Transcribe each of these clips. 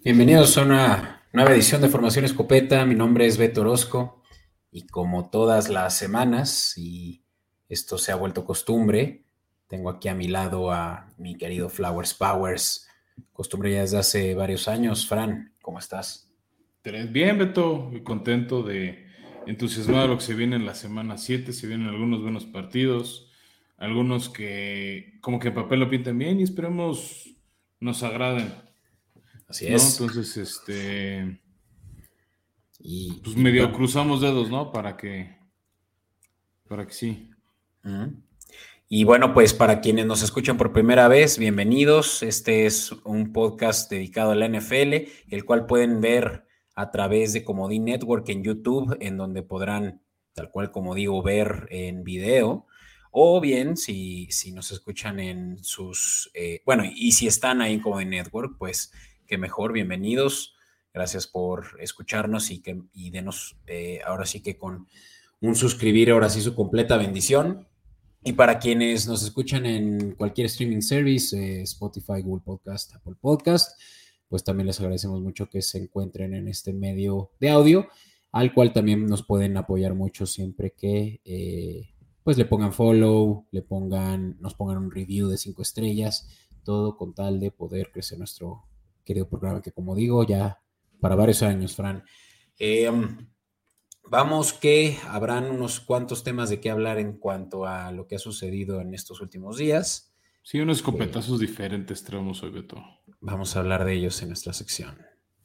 Bienvenidos a una nueva edición de Formación Escopeta. Mi nombre es Beto Orozco y como todas las semanas, y esto se ha vuelto costumbre, tengo aquí a mi lado a mi querido Flowers Powers. Costumbre ya desde hace varios años. Fran, ¿cómo estás? Bien, Beto, muy contento entusiasmado de lo que se viene en la semana 7. Se vienen algunos buenos partidos, algunos que como que en papel lo pintan bien y esperemos nos agraden, Así ¿no? es. Entonces, Y, pues y medio bueno, cruzamos dedos, ¿no? Para que sí. ujú. Y bueno, pues para quienes nos escuchan por primera vez, bienvenidos. Este es un podcast dedicado a la NFL, el cual pueden ver a través de Comodín Network en YouTube, en donde podrán, tal cual como digo, ver en video. O bien, si nos escuchan en sus, bueno, y si están ahí en Comodín Network, pues qué mejor, bienvenidos. Gracias por escucharnos y denos ahora sí que con un suscribir, ahora sí su completa bendición. Y para quienes nos escuchan en cualquier streaming service, Spotify, Google Podcast, Apple Podcast, pues también les agradecemos mucho que se encuentren en este medio de audio, al cual también nos pueden apoyar mucho siempre que pues le pongan follow, nos pongan un review de 5 estrellas, todo con tal de poder crecer nuestro querido programa que, como digo, ya para varios años, Fran. Eh, Vamos que habrán unos cuantos temas de qué hablar en cuanto a lo que ha sucedido en estos últimos días. Sí, unos Eh, escopetazos diferentes traemos hoy, Beto. Vamos a hablar de ellos en nuestra sección.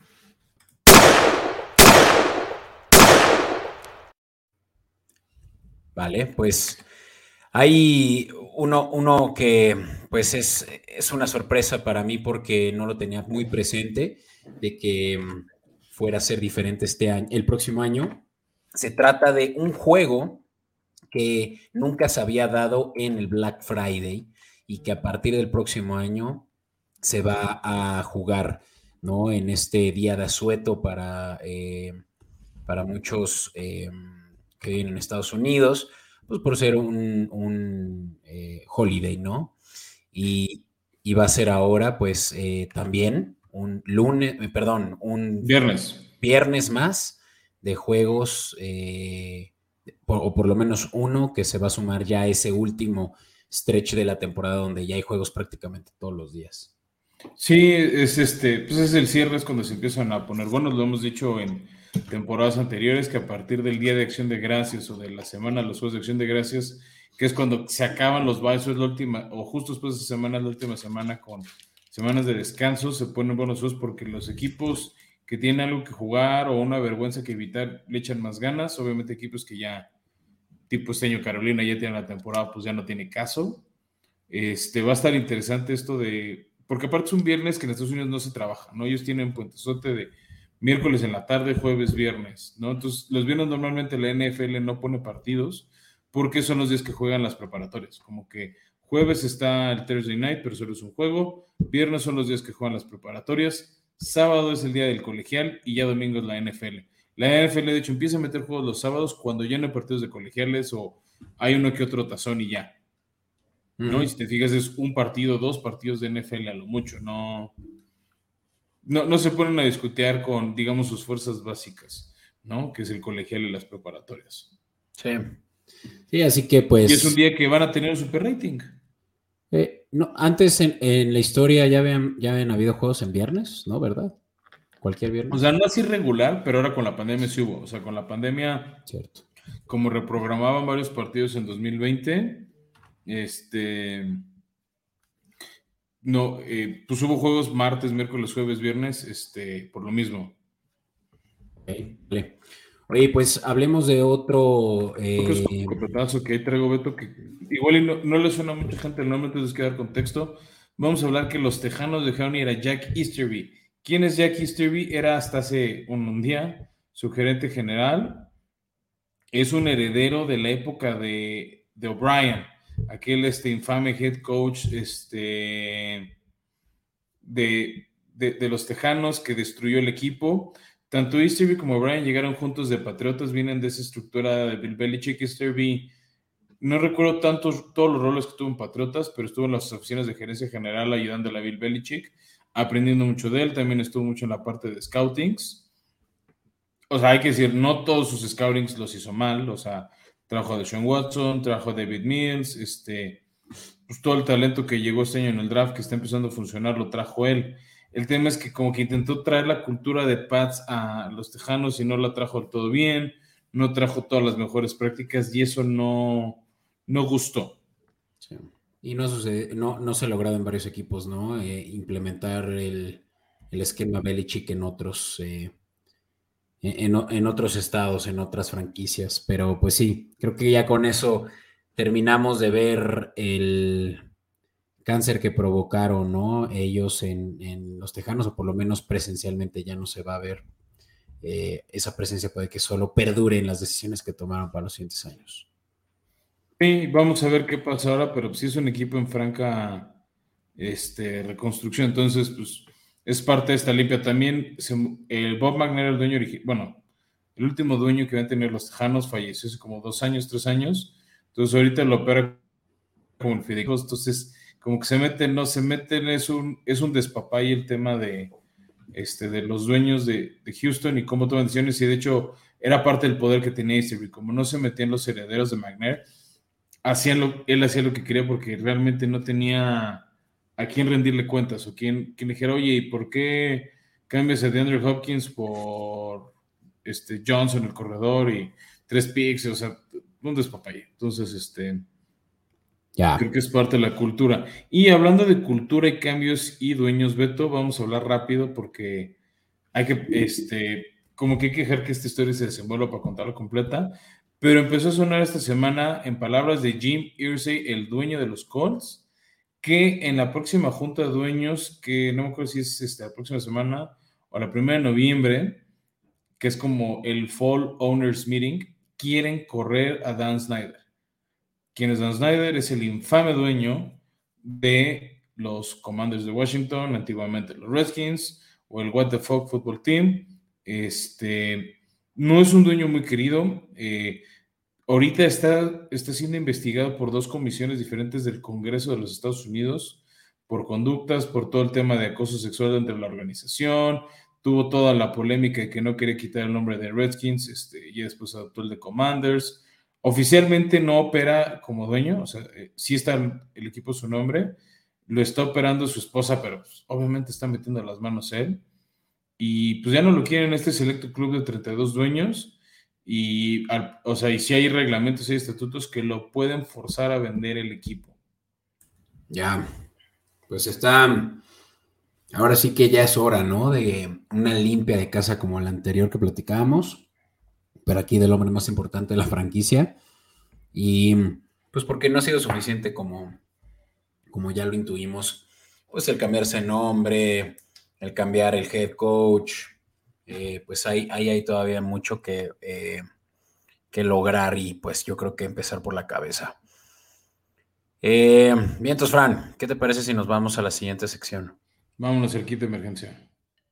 Vale, pues hay uno que pues es una sorpresa para mí porque no lo tenía muy presente de que fuera a ser diferente este año, el próximo año. Se trata de un juego que nunca se había dado en el Black Friday y que a partir del próximo año se va a jugar, ¿no? En este día de asueto para muchos que viven en Estados Unidos, pues por ser un holiday, ¿no? Y, y, va a ser ahora, pues también un lunes, perdón, un Viernes. viernes más de juegos, o por lo menos uno que se va a sumar ya a ese último stretch de la temporada donde ya hay juegos prácticamente todos los días. Sí, pues es el cierre, es cuando se empiezan a poner buenos, lo hemos dicho en temporadas anteriores, que a partir del Día de Acción de Gracias o de la semana, los Juegos de Acción de Gracias, que es cuando se acaban los byes, es la última, o justo después de esa semana, es la última semana con semanas de descanso, se ponen buenos juegos porque los equipos que tienen algo que jugar o una vergüenza que evitar le echan más ganas, obviamente equipos que ya, tipo este año Carolina, ya tienen la temporada, pues ya no tiene caso. Va a estar interesante esto porque aparte es un viernes que en Estados Unidos no se trabaja, ¿no? Ellos tienen puentesote de miércoles en la tarde, jueves, viernes, ¿no? Entonces, los viernes normalmente la NFL no pone partidos porque son los días que juegan las preparatorias, como que jueves está el Thursday Night, pero solo es un juego, viernes son los días que juegan las preparatorias, sábado es el día del colegial y ya domingo es la NFL. La NFL, de hecho, empieza a meter juegos los sábados cuando ya no hay partidos de colegiales o hay uno que otro tazón y ya. ¿No? Y Mm. si te fijas, es un partido, dos partidos de NFL a lo mucho, no se ponen a discutir con, digamos, sus fuerzas básicas, ¿no? Que es el colegial y las preparatorias. Sí. Sí, así que Y es un pues, día que van a tener un super rating. no, antes en la historia ya habían habido juegos en viernes, ¿no? ¿Verdad? Cualquier O sea, viernes. no así regular, pero ahora con la pandemia sí hubo. O sea, con la pandemia, Cierto. como reprogramaban varios partidos en 2020, no, pues hubo juegos martes, miércoles, jueves, viernes, por lo mismo. Okay, vale. Oye, pues hablemos de otro. Otro escopetazo que ahí traigo, Beto, que igual y no le suena a mucha gente el nombre, entonces que dar contexto. Vamos a hablar que los Tejanos dejaron ir a Jack Easterby. ¿Quién es Jack Easterby? Era hasta hace un día su gerente general. Es un heredero de la época de O'Brien, aquel infame head coach de los Tejanos que destruyó el equipo. Tanto Easterby como O'Brien llegaron juntos de Patriotas, vienen de esa estructura de Bill Belichick. Easterby no recuerdo todos los roles que tuvo en Patriotas, pero estuvo en las oficinas de gerencia general ayudándole a Bill Belichick. aprendiendo mucho de él, también estuvo mucho en la parte de scoutings. O sea, hay que decir, no todos sus scoutings los hizo mal, o sea, trajo a Deshaun Watson, trajo a David Mills, pues todo el talento que llegó este año en el draft, que está empezando a funcionar, lo trajo él. El tema es que como que intentó traer la cultura de Pats a los Tejanos y no la trajo del todo bien, no trajo todas las mejores prácticas y eso no gustó. Sí. Y no sucede, no se ha logrado en varios equipos, ¿no? Implementar el esquema Belichick en otros, en otros estados, en otras franquicias. Pero pues sí, creo que ya con eso terminamos de ver el cáncer que provocaron, ¿no? Ellos en los Tejanos, o por lo menos presencialmente ya no se va a ver. Esa presencia puede que solo perdure en las decisiones que tomaron para los siguientes años. Sí, vamos a ver qué pasa ahora, pero sí es un equipo en franca reconstrucción, entonces pues es parte de esta limpia. También el Bob McNair, el dueño original, bueno, el último dueño que iban a tener los Tejanos falleció hace como 2 años, 3 años, entonces ahorita lo opera como el fideicomiso, entonces como que se meten, es un despapalle el tema de los dueños de Houston y cómo toman decisiones, y de hecho era parte del poder que tenía Easterby, como no se metían los herederos de McNair, él hacía lo que quería porque realmente no tenía a quién rendirle cuentas o quién le dijera, oye, ¿y por qué cambias a DeAndre Hopkins por Johnson, el corredor, y 3 picks? O sea, un despapalle. Entonces, creo que es parte de la cultura. Y hablando de cultura y cambios y dueños, Beto, vamos a hablar rápido porque hay que, como que hay que dejar que esta historia se desenvuelva para contarla completa. Pero empezó a sonar esta semana, en palabras de Jim Irsay, el dueño de los Colts, que en la próxima junta de dueños, que no me acuerdo si es la próxima semana o la 1 de noviembre, que es como el Fall Owners Meeting, quieren correr a Dan Snyder. ¿Quién es Dan Snyder? Es el infame dueño de los Commanders de Washington, antiguamente los Redskins, o el What the Fuck Football Team. No es un dueño muy querido. Ahorita está siendo investigado por 2 comisiones diferentes del Congreso de los Estados Unidos por conductas, por todo el tema de acoso sexual dentro de la organización. Tuvo toda la polémica de que no quería quitar el nombre de Redskins, y después adoptó el de Commanders. Oficialmente no opera como dueño, o sea, sí está el equipo su nombre, lo está operando su esposa, pero pues, obviamente está metiendo las manos él. Y pues ya no lo quieren en este selecto club de 32 dueños. Y si hay reglamentos y estatutos que lo pueden forzar a vender el equipo. Ya, pues ahora sí que ya es hora, ¿no? De una limpia de casa como la anterior que platicábamos, pero aquí del hombre más importante de la franquicia. Y pues porque no ha sido suficiente como ya lo intuimos, pues el cambiarse de nombre, el cambiar el head coach, pues ahí hay todavía mucho que lograr, y pues yo creo que empezar por la cabeza. Bien, entonces, Fran, ¿qué te parece si nos vamos a la siguiente sección? Vámonos al kit de emergencia.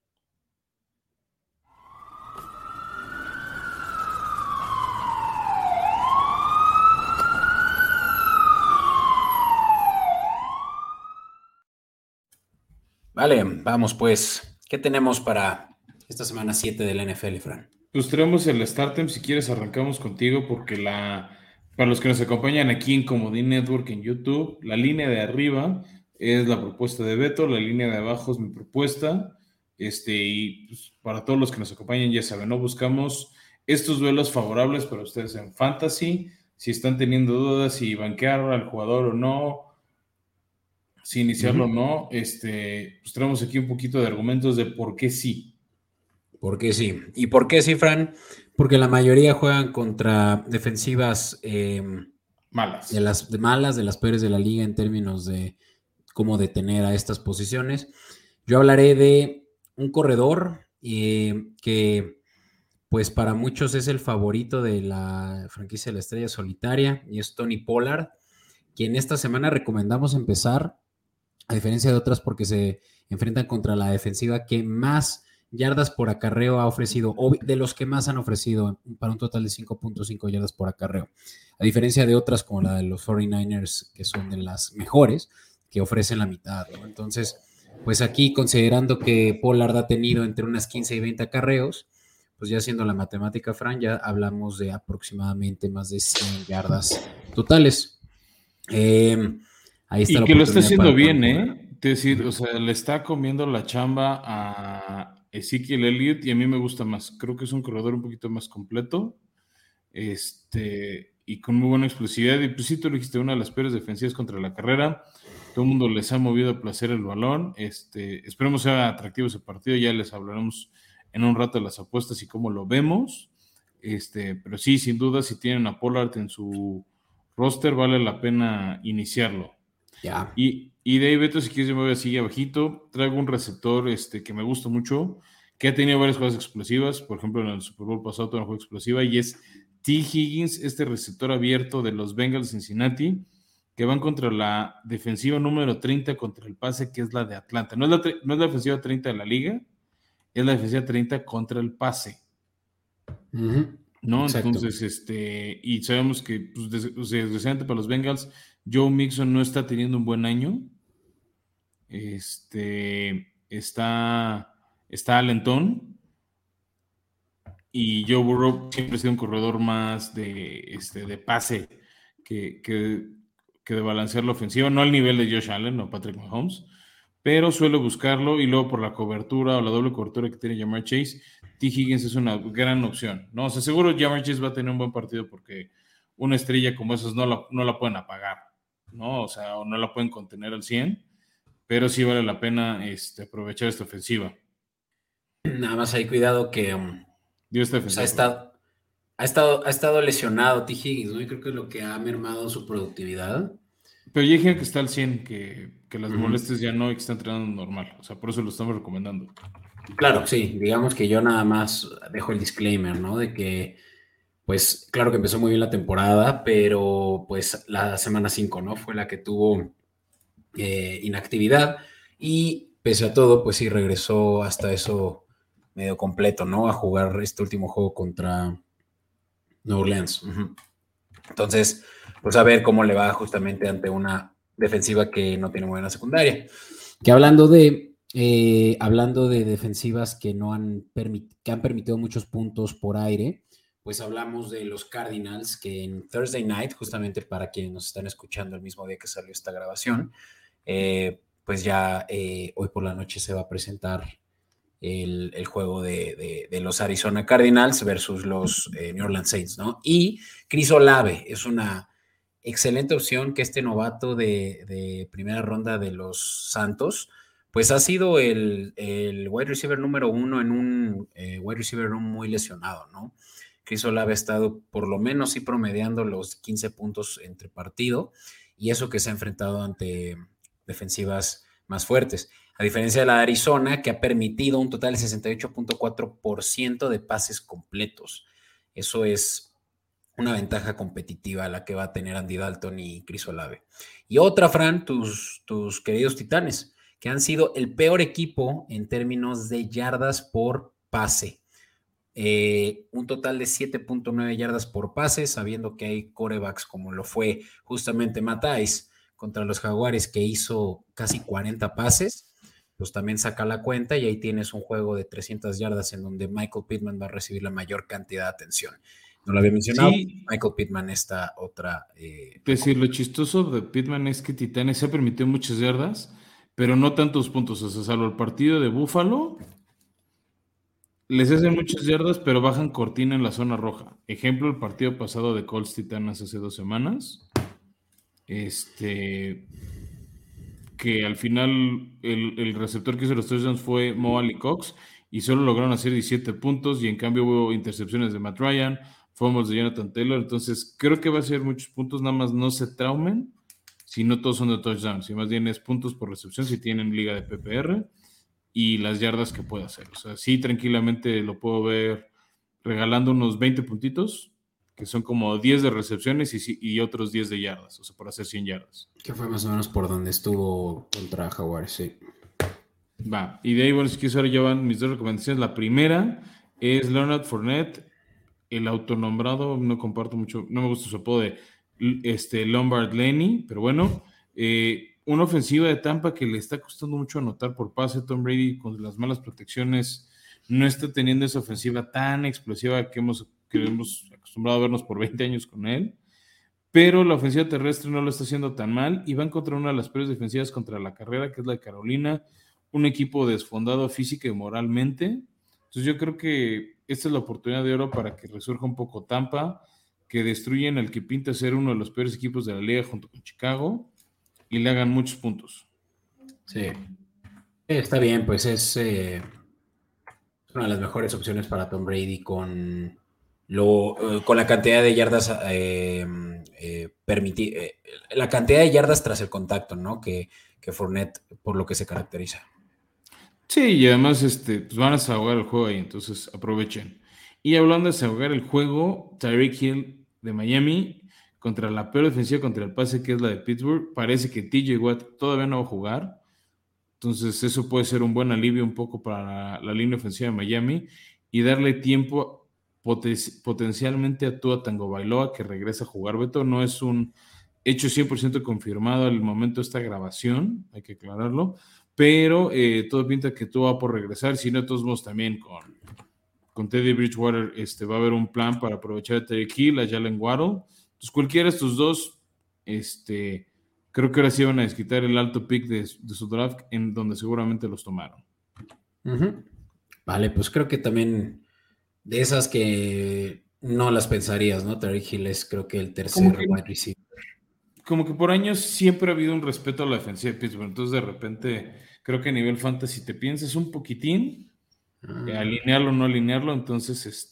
Vale, vamos pues. ¿Qué tenemos para esta semana 7 de la NFL, Fran? Pues traemos el Startem, si quieres arrancamos contigo, porque para los que nos acompañan aquí en Comodín Network en YouTube, la línea de arriba es la propuesta de Beto, la línea de abajo es mi propuesta, y pues, para todos los que nos acompañan, ya saben, ¿no? Buscamos estos duelos favorables para ustedes en Fantasy, si están teniendo dudas si banquear al jugador o no, si iniciarlo o no, pues traemos aquí un poquito de argumentos de por qué sí. ¿Por qué sí? ¿Y por qué sí, Fran? Porque la mayoría juegan contra defensivas Malas. de las peores de la liga en términos de cómo detener a estas posiciones. Yo hablaré de un corredor que pues para muchos es el favorito de la franquicia de la Estrella Solitaria, y es Tony Pollard, quien esta semana recomendamos empezar, a diferencia de otras, porque se enfrentan contra la defensiva que más yardas por acarreo ha ofrecido, o de los que más han ofrecido, para un total de 5.5 yardas por acarreo. A diferencia de otras como la de los 49ers, que son de las mejores, que ofrecen la mitad, ¿no? Entonces, pues aquí considerando que Pollard ha tenido entre unas 15 y 20 acarreos, pues ya haciendo la matemática, Fran, ya hablamos de aproximadamente más de 100 yardas totales. Ahí está Y la que lo está oportunidad haciendo para bien, Tony Pollard. ¿eh? Es decir, o Ujú. sea, le está comiendo la chamba a Ezekiel Elliott y a mí me gusta más. Creo que es un corredor un poquito más completo, y con muy buena explosividad. Y pues sí, tú lo dijiste, una de las peores defensivas contra la carrera. Todo el mundo les ha movido a placer el balón. Esperemos sea atractivo ese partido. Ya les hablaremos en un rato de las apuestas y cómo lo vemos. Pero sí, sin duda, si tienen a Pollard en su roster, vale la pena iniciarlo. Ya. Y de ahí, Beto, si quieres, yo me voy así abajito. Traigo un receptor que me gusta mucho, que ha tenido varias jugadas explosivas. Por ejemplo, en el Super Bowl pasado tuvo una jugada explosiva y es T. Higgins, este receptor abierto de los Bengals de Cincinnati, que van contra la defensiva número 30 contra el pase, que es la de Atlanta. No es la defensiva 30 de la liga, es la defensiva 30 contra el pase. Ujú. ¿No? Exacto. Entonces, y sabemos que, pues, o sea, desgraciadamente para los Bengals, Joe Mixon no está teniendo un buen año. Está alentón, y Joe Burrow siempre ha sido un corredor más de pase que, que, que de balancear la ofensiva, no al nivel de Josh Allen o Patrick Mahomes, pero suele buscarlo, y luego por la cobertura o la doble cobertura que tiene Ja'Marr Chase, T. Higgins es una gran opción, ¿no? O sea, seguro Ja'Marr Chase va a tener un buen partido porque una estrella como esas no la pueden apagar, ¿no? O sea, o no la pueden contener al 100, pero sí vale la pena aprovechar esta ofensiva. Nada más hay cuidado que Digo, esta pues, ha defensiva, perdón. estado, ha estado lesionado T. Higgins, ¿no? Y creo que es lo que ha mermado su productividad. Pero ya hay gente que está al 100, que las Ujú. molestias ya no y que está entrenando normal. O sea, por eso lo estamos recomendando. Claro, sí, digamos que yo nada más dejo el disclaimer, ¿no? De que, pues, claro que empezó muy bien la temporada, pero pues la semana 5, ¿no? Fue la que tuvo inactividad y pese a todo, pues sí regresó hasta eso medio completo, ¿no? A jugar este último juego contra New Orleans. Ujú. Entonces, pues a ver cómo le va justamente ante una defensiva que no tiene buena secundaria. Que hablando de defensivas que no que han permitido muchos puntos por aire, pues hablamos de los Cardinals que en Thursday Night, justamente para quienes nos están escuchando el mismo día que salió esta grabación, pues ya hoy por la noche se va a presentar el juego de los Arizona Cardinals versus los New Orleans Saints, ¿no? Y Chris Olave es una excelente opción que este novato de primera ronda de los Santos, pues ha sido el wide receiver número uno en un wide receiver room muy lesionado, ¿no? Chris Olave ha estado por lo menos sí promediando los 15 puntos entre partido, y eso que se ha enfrentado ante defensivas más fuertes. A diferencia de la de Arizona, que ha permitido un total de 68.4% de pases completos. Eso es una ventaja competitiva la que va a tener Andy Dalton y Chris Olave. Y otra, Fran, tus queridos Titanes, que han sido el peor equipo en términos de yardas por pase. Un total de 7.9 yardas por pase, sabiendo que hay corebacks como lo fue justamente Matt Ice contra los Jaguares, que hizo casi 40 pases, pues también saca la cuenta y ahí tienes un juego de 300 yardas en donde Michael Pittman va a recibir la mayor cantidad de atención. No lo había mencionado, Sí, Michael Pittman, esta otra. es decir, lo chistoso de Pittman es que Titanes se ha permitido muchas yardas, pero no tantos puntos. O sea, salvo el partido de Buffalo, les hacen muchas yardas, pero bajan cortina en la zona roja. Ejemplo, el partido pasado de Colts Titanas hace 2 semanas. Este, que al final el receptor que hizo los touchdowns fue Mo Ali Cox y solo lograron hacer 17 puntos, y en cambio hubo intercepciones de Matt Ryan, fumbles de Jonathan Taylor. Entonces creo que va a ser muchos puntos, nada más no se traumen si no todos son de touchdowns, si más bien es puntos por recepción si tienen liga de PPR, y las yardas que puede hacer. O sea, sí, tranquilamente lo puedo ver regalando unos 20 puntitos, que son como 10 de recepciones y otros 10 de yardas, o sea, por hacer 100 yardas. Que fue más o menos por donde estuvo contra Jaguares, sí. Va, y de ahí, bueno, si quieres, ahora ya van mis dos recomendaciones. La primera es Leonard Fournette, el autonombrado. No comparto mucho, no me gusta su apodo de Lombard Lenny, pero bueno, una ofensiva de Tampa que le está costando mucho anotar por pase. Tom Brady con las malas protecciones no está teniendo esa ofensiva tan explosiva que hemos acostumbrado a vernos por 20 años con él, pero la ofensiva terrestre no lo está haciendo tan mal y van contra una de las peores defensivas contra la carrera, que es la de Carolina, un equipo desfondado física y moralmente. Entonces yo creo que esta es la oportunidad de oro para que resurja un poco Tampa, que destruyen al que pinta ser uno de los peores equipos de la liga junto con Chicago y le hagan muchos puntos. Sí, está bien, pues es una de las mejores opciones para Tom Brady con la cantidad de yardas la cantidad de yardas tras el contacto, ¿no? Que Fournette por lo que se caracteriza. Sí, y además pues van a desahogar el juego ahí, entonces aprovechen. Y hablando de desahogar el juego, Tyreek Hill de Miami contra la peor defensiva contra el pase, que es la de Pittsburgh, parece que TJ Watt todavía no va a jugar. Entonces eso puede ser un buen alivio un poco para la línea ofensiva de Miami y darle tiempo potencialmente a Tua Tagovailoa, que regresa a jugar. Beto, no es un hecho 100% confirmado al momento de esta grabación, hay que aclararlo, pero todo pinta que Tua va por regresar. Si no, de todos modos también con Teddy Bridgewater va a haber un plan para aprovechar a Tyreek Hill, a Jalen Waddle. Entonces cualquiera de estos dos, creo que ahora sí van a desquitar el alto pick de su draft, en donde seguramente los tomaron. Uh-huh. Vale, pues creo que también de esas que no las pensarías, ¿no? Tyreek Hill es creo que el tercer wide receiver. Como que por años siempre ha habido un respeto a la defensiva de Pittsburgh, entonces de repente creo que a nivel fantasy te piensas un poquitín, alinearlo o no alinearlo, entonces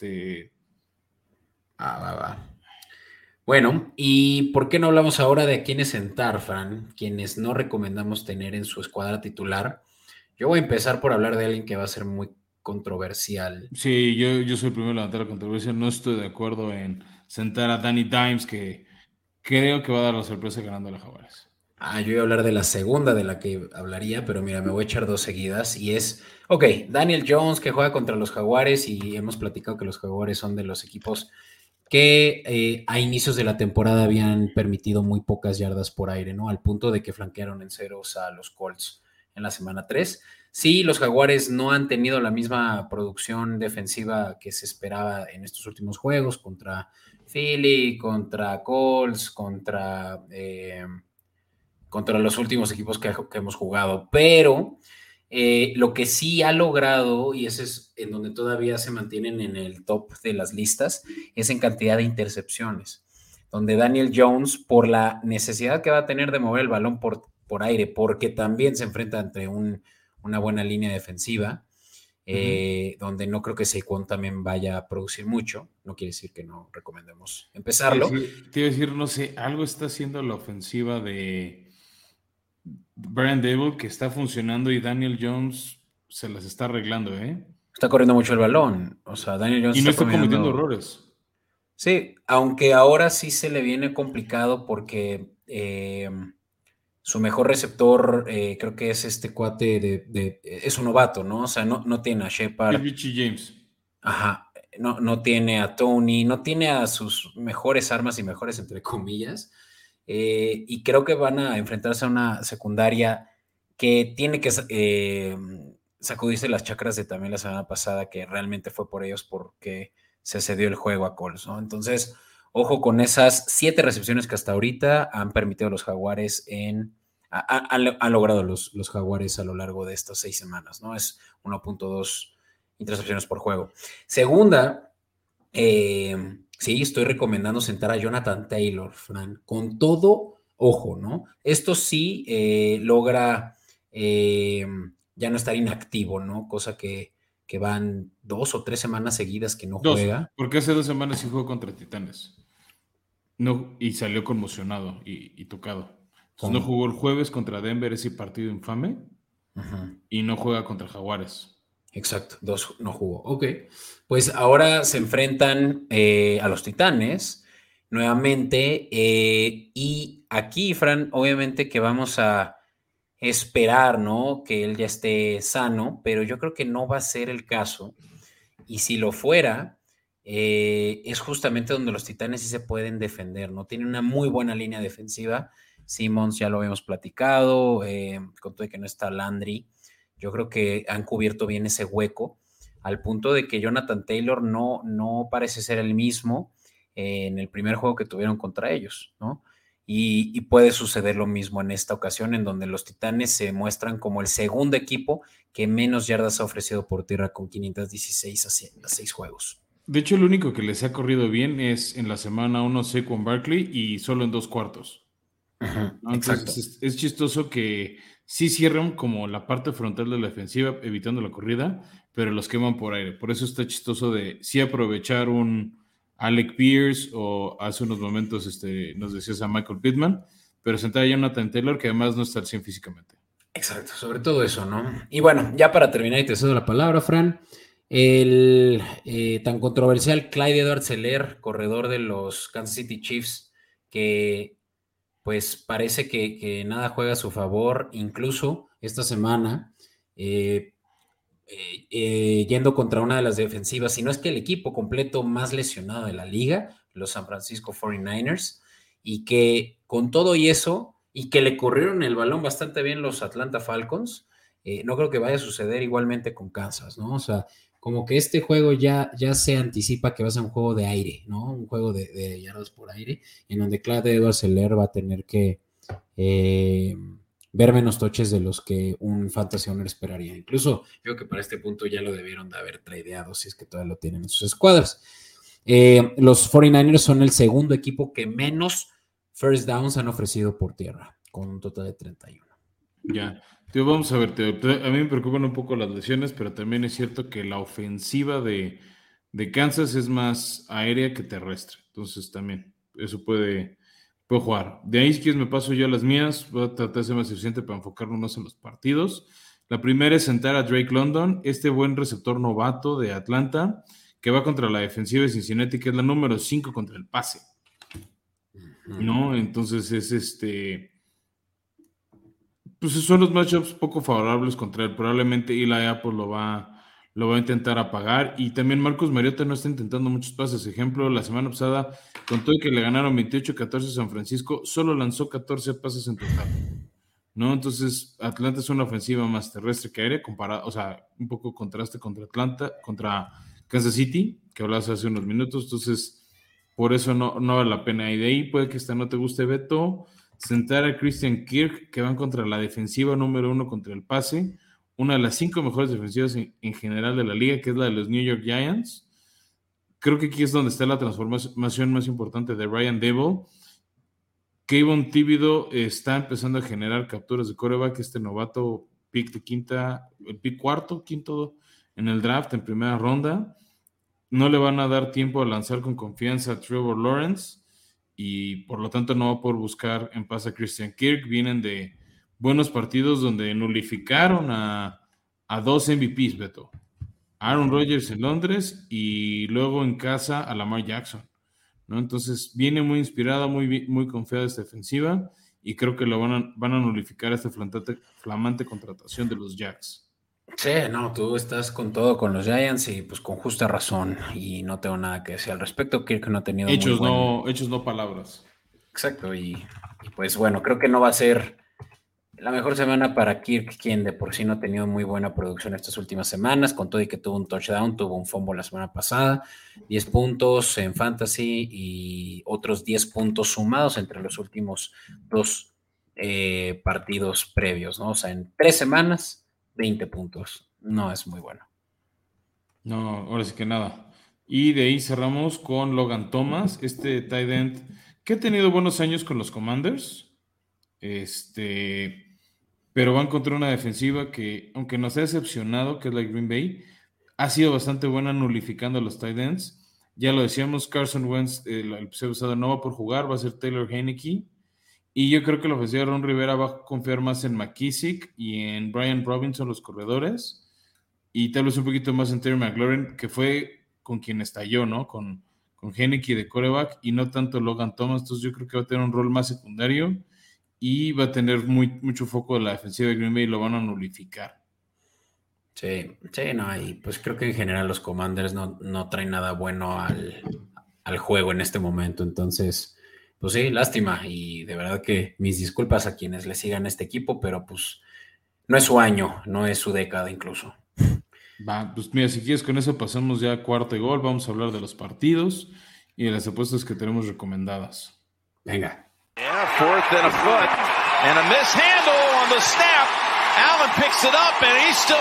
va. Bueno, ¿y por qué no hablamos ahora de a quiénes sentar, Fran? Quienes no recomendamos tener en su escuadra titular. Yo voy a empezar por hablar de alguien que va a ser muy controversial. Sí, yo soy el primero en levantar la controversia. No estoy de acuerdo en sentar a Danny Dimes, que creo que va a dar la sorpresa ganando a los Jaguares. Yo voy a hablar de la segunda de la que hablaría, pero mira, me voy a echar dos seguidas y es, ok, Daniel Jones que juega contra los Jaguares y hemos platicado que los Jaguares son de los equipos que a inicios de la temporada habían permitido muy pocas yardas por aire, ¿no? Al punto de que flanquearon en ceros a los Colts en la semana 3. Sí, los Jaguares no han tenido la misma producción defensiva que se esperaba en estos últimos juegos contra Philly, contra Colts, contra los últimos equipos que hemos jugado, pero lo que sí ha logrado, y ese es en donde todavía se mantienen en el top de las listas, es en cantidad de intercepciones, donde Daniel Jones, por la necesidad que va a tener de mover el balón por aire, porque también se enfrenta entre una buena línea defensiva, donde no creo que Saquon también vaya a producir mucho, no quiere decir que no recomendemos empezarlo. Te iba a decir, no sé, algo está haciendo la ofensiva de Brian Dable que está funcionando y Daniel Jones se las está arreglando, ¿eh? Está corriendo mucho el balón, o sea, Daniel Jones Y no está está cometiendo combinando. errores. Sí, aunque ahora sí se le viene complicado porque su mejor receptor creo que es este cuate es un novato, ¿no? O sea, no tiene a Es Shepard, Richie James. ajá, no tiene a Tony, no tiene a sus mejores armas y mejores entre comillas, y creo que van a enfrentarse a una secundaria que tiene que sacudirse las chakras de también la semana pasada, que realmente fue por ellos porque se cedió el juego a Colts, ¿no? Entonces, ojo con esas 7 recepciones que hasta ahorita han permitido los Jaguares han logrado los Jaguares a lo largo de estas 6 semanas, ¿no? Es 1.2 intercepciones por juego. Segunda, sí, estoy recomendando sentar a Jonathan Taylor, Fran, con todo ojo, ¿no? Esto sí logra ya no estar inactivo, ¿no? Cosa que van 2 o 3 semanas seguidas que no juega. Porque hace 2 semanas sí jugó contra Titanes. No, y salió conmocionado y tocado. Entonces no jugó el jueves contra Denver, ese partido infame, y no juega contra Jaguares. Exacto, 2 no jugó. Ok, pues ahora se enfrentan a los Titanes nuevamente y aquí, Fran, obviamente que vamos a esperar, ¿no? Que él ya esté sano, pero yo creo que no va a ser el caso. Y si lo fuera, es justamente donde los Titanes sí se pueden defender, ¿no? Tienen una muy buena línea defensiva Simmons ya lo habíamos platicado, con todo de que no está Landry. Yo creo que han cubierto bien ese hueco, al punto de que Jonathan Taylor no parece ser el mismo en el primer juego que tuvieron contra ellos, ¿no? Y puede suceder lo mismo en esta ocasión, en donde los Titanes se muestran como el segundo equipo que menos yardas ha ofrecido por tierra, con 516 a 6 juegos. De hecho, el único que les ha corrido bien es en la semana 1 Saquon Barkley y solo en 2 cuartos. ¿No? Exacto. Entonces es chistoso que sí cierran como la parte frontal de la defensiva evitando la corrida, pero los queman por aire. Por eso está chistoso de sí aprovechar un Alec Pierce o hace unos momentos nos decías a Michael Pittman, pero sentar a Jonathan Taylor que además no está al 100 físicamente. Exacto, sobre todo eso, ¿no? Y bueno, ya para terminar y te cedo la palabra, Fran, el tan controversial Clyde Edwards-Helaire, corredor de los Kansas City Chiefs, que pues parece que nada juega a su favor, incluso esta semana, yendo contra una de las defensivas, si no es que el equipo completo más lesionado de la liga, los San Francisco 49ers, y que con todo y eso, y que le corrieron el balón bastante bien los Atlanta Falcons, no creo que vaya a suceder igualmente con Kansas, ¿no? O sea, como que este juego ya se anticipa que va a ser un juego de aire, ¿no? Un juego de yardas por aire, en donde Clyde Edwards-Helaire va a tener que ver menos toches de los que un fantasy owner esperaría. Incluso creo que para este punto ya lo debieron de haber tradeado, si es que todavía lo tienen en sus escuadras. Los 49ers son el segundo equipo que menos first downs han ofrecido por tierra, con un total de 31. Ya, tío, vamos a ver, tío. A mí me preocupan un poco las lesiones, pero también es cierto que la ofensiva de Kansas es más aérea que terrestre. Entonces también, eso puede jugar. De ahí, si quieres, me paso yo a las mías. Voy a tratar de ser más eficiente para enfocarnos más en los partidos. La primera es sentar a Drake London, este buen receptor novato de Atlanta, que va contra la defensiva de Cincinnati, que es la número 5 contra el pase. ¿No? Entonces es pues son los matchups poco favorables contra él. Probablemente Eli Apple lo va a intentar apagar. Y también Marcus Mariota no está intentando muchos pases. Ejemplo, la semana pasada, con todo y que le ganaron 28-14 a San Francisco, solo lanzó 14 pases en total. ¿No? Entonces, Atlanta es una ofensiva más terrestre que aérea, comparado, o sea, un poco contraste contra Kansas City, que hablabas hace unos minutos. Entonces, por eso no vale la pena. Y de ahí puede que esta no te guste, Beto. Sentar a Christian Kirk, que van contra la defensiva número 1 contra el pase, una de las 5 mejores defensivas en general de la liga, que es la de los New York Giants. Creo que aquí es donde está la transformación más importante de Ryan Dable. Kayvon Thibodeaux está empezando a generar capturas de quarterback, este novato pick de el pick quinto en el draft, en primera ronda. No le van a dar tiempo a lanzar con confianza a Trevor Lawrence y por lo tanto no va a poder buscar en paz a Christian Kirk. Vienen de buenos partidos donde nulificaron a 2 MVPs, Beto. Aaron Rodgers en Londres y luego en casa a Lamar Jackson, ¿no? Entonces viene muy inspirada, muy confiada esta defensiva y creo que lo van a nulificar esta flamante contratación de los Jacks. Sí, no, tú estás con todo con los Giants y pues con justa razón, y no tengo nada que decir al respecto. Kirk no ha tenido hechos no palabras. Exacto, y pues bueno, creo que no va a ser la mejor semana para Kirk, quien de por sí no ha tenido muy buena producción estas últimas semanas, con todo y que tuvo un touchdown, tuvo un fumble la semana pasada, 10 puntos en fantasy y otros 10 puntos sumados entre los últimos 2 partidos previos, ¿no? O sea, en 3 semanas, 20 puntos. No es muy bueno. No, ahora sí que nada. Y de ahí cerramos con Logan Thomas, este tight end que ha tenido buenos años con los Commanders. Pero van contra una defensiva que, aunque nos ha decepcionado, que es la Green Bay, ha sido bastante buena nulificando a los tight ends. Ya lo decíamos, Carson Wentz, el episodio pasado, no va por jugar, va a ser Taylor Heinicke. Y yo creo que la ofensiva de Ron Rivera va a confiar más en McKissick y en Brian Robinson, los corredores. Y tal vez un poquito más en Terry McLaurin, que fue con quien estalló, ¿no? Con Heinicke de quarterback y no tanto Logan Thomas. Entonces yo creo que va a tener un rol más secundario y va a tener mucho foco de la defensiva de Green Bay y lo van a nulificar. Sí, no, y pues creo que en general los Commanders no traen nada bueno al juego en este momento. Entonces, pues sí, lástima. Y y de verdad que mis disculpas a quienes le sigan a este equipo, pero pues no es su año, no es su década incluso. Va, pues mira, si quieres con eso pasamos ya a cuarto y gol, vamos a hablar de los partidos y de las apuestas que tenemos recomendadas. Venga. Yeah, fourth and a foot, and a mishandle on the snap. Allen picks it up, and he's still